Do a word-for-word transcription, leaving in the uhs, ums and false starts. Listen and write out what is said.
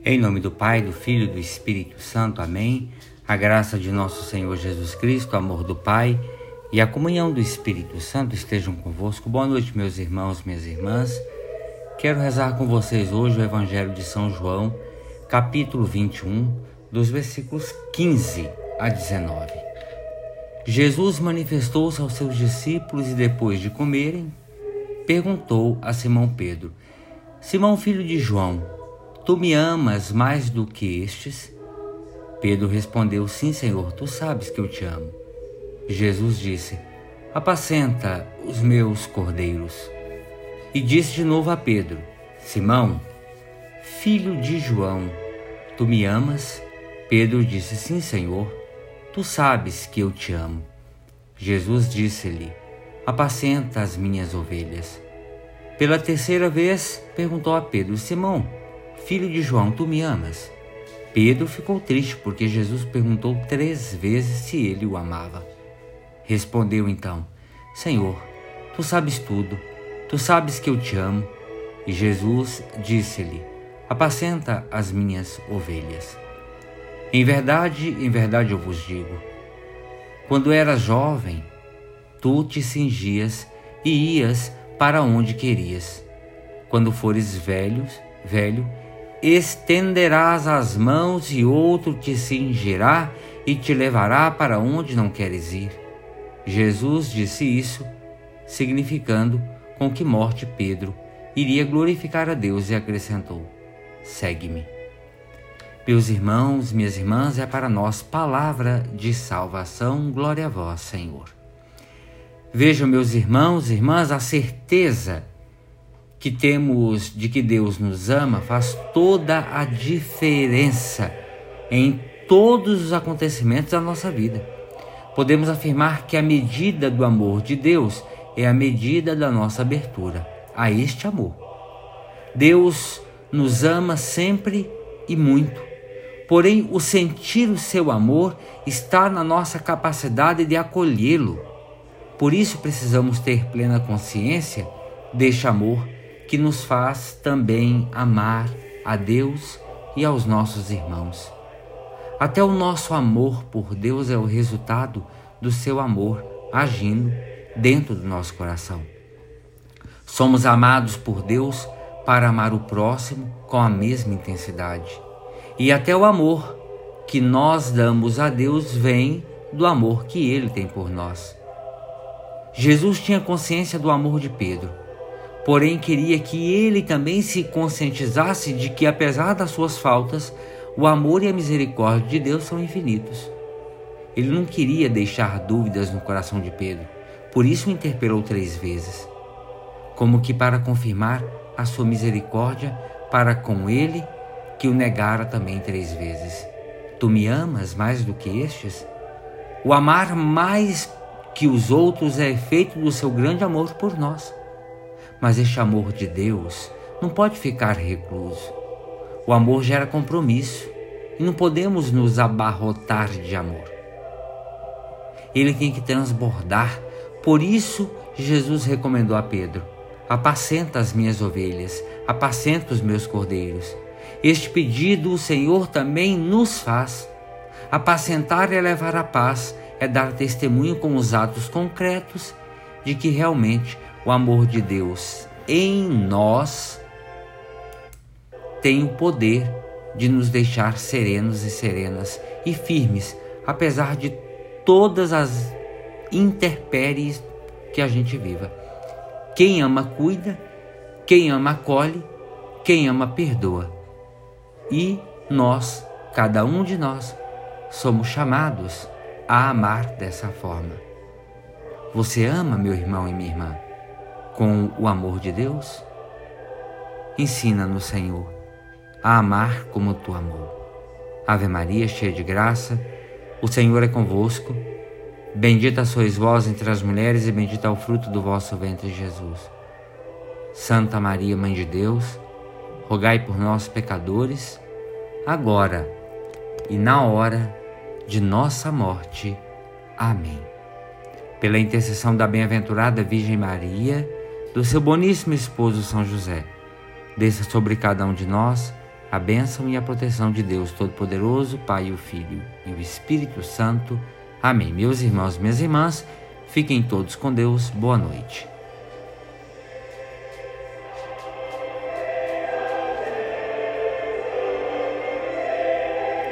Em nome do Pai, do Filho e do Espírito Santo. Amém. A graça de nosso Senhor Jesus Cristo, o amor do Pai e a comunhão do Espírito Santo estejam convosco. Boa noite, meus irmãos, minhas irmãs. Quero rezar com vocês hoje o Evangelho de São João, capítulo vinte e um, dos versículos quinze a dezenove. Jesus manifestou-se aos seus discípulos e, depois de comerem, perguntou a Simão Pedro: Simão, filho de João, tu me amas mais do que estes? Pedro respondeu: Sim, Senhor, tu sabes que eu te amo. Jesus disse: Apacenta os meus cordeiros. E disse de novo a Pedro: Simão, filho de João, tu me amas? Pedro disse: Sim, Senhor, tu sabes que eu te amo. Jesus disse-lhe: Apacenta as minhas ovelhas. Pela terceira vez perguntou a Pedro: Simão, filho de João, tu me amas? Pedro ficou triste porque Jesus perguntou três vezes se ele o amava. Respondeu então: Senhor, tu sabes tudo, tu sabes que eu te amo. E Jesus disse-lhe: Apacenta as minhas ovelhas. Em verdade, em verdade eu vos digo, quando eras jovem, tu te cingias e ias para onde querias. Quando fores velho, velho, estenderás as mãos e outro te cingirá e te levará para onde não queres ir. Jesus disse isso, significando com que morte Pedro iria glorificar a Deus, e acrescentou: Segue-me. Meus irmãos, minhas irmãs, é para nós palavra de salvação. Glória a vós, Senhor. Vejam, meus irmãos e irmãs, a certeza que temos de que Deus nos ama faz toda a diferença em todos os acontecimentos da nossa vida. Podemos afirmar que a medida do amor de Deus é a medida da nossa abertura a este amor. Deus nos ama sempre e muito, porém o sentir o seu amor está na nossa capacidade de acolhê-lo. Por isso precisamos ter plena consciência deste amor que nos faz também amar a Deus e aos nossos irmãos. Até o nosso amor por Deus é o resultado do seu amor agindo dentro do nosso coração. Somos amados por Deus para amar o próximo com a mesma intensidade. E até o amor que nós damos a Deus vem do amor que Ele tem por nós. Jesus tinha consciência do amor de Pedro, porém queria que ele também se conscientizasse de que, apesar das suas faltas, o amor e a misericórdia de Deus são infinitos. Ele não queria deixar dúvidas no coração de Pedro, por isso o interpelou três vezes, como que para confirmar a sua misericórdia para com ele, que o negara também três vezes. Tu me amas mais do que estes? O amar mais que os outros é efeito do seu grande amor por nós. Mas este amor de Deus não pode ficar recluso. O amor gera compromisso e não podemos nos abarrotar de amor. Ele tem que transbordar. Por isso, Jesus recomendou a Pedro: Apacenta as minhas ovelhas, apacenta os meus cordeiros. Este pedido o Senhor também nos faz. Apacentar é levar a paz, é dar testemunho com os atos concretos de que realmente o amor de Deus em nós tem o poder de nos deixar serenos e serenas e firmes, apesar de todas as intempéries que a gente viva. Quem ama cuida, quem ama acolhe, quem ama perdoa. E nós, cada um de nós, somos chamados a amar dessa forma. Você ama, meu irmão e minha irmã, com o amor de Deus? Ensina-nos, Senhor, a amar como tu amou. Ave Maria, cheia de graça, o Senhor é convosco. Bendita sois vós entre as mulheres e bendito é o fruto do vosso ventre, Jesus. Santa Maria, Mãe de Deus, rogai por nós, pecadores, agora e na hora de nossa morte. Amém. Pela intercessão da bem-aventurada Virgem Maria, do seu boníssimo esposo São José, desça sobre cada um de nós a bênção e a proteção de Deus Todo-Poderoso, Pai, o Filho e o Espírito Santo. Amém. Meus irmãos, minhas irmãs, fiquem todos com Deus. Boa noite.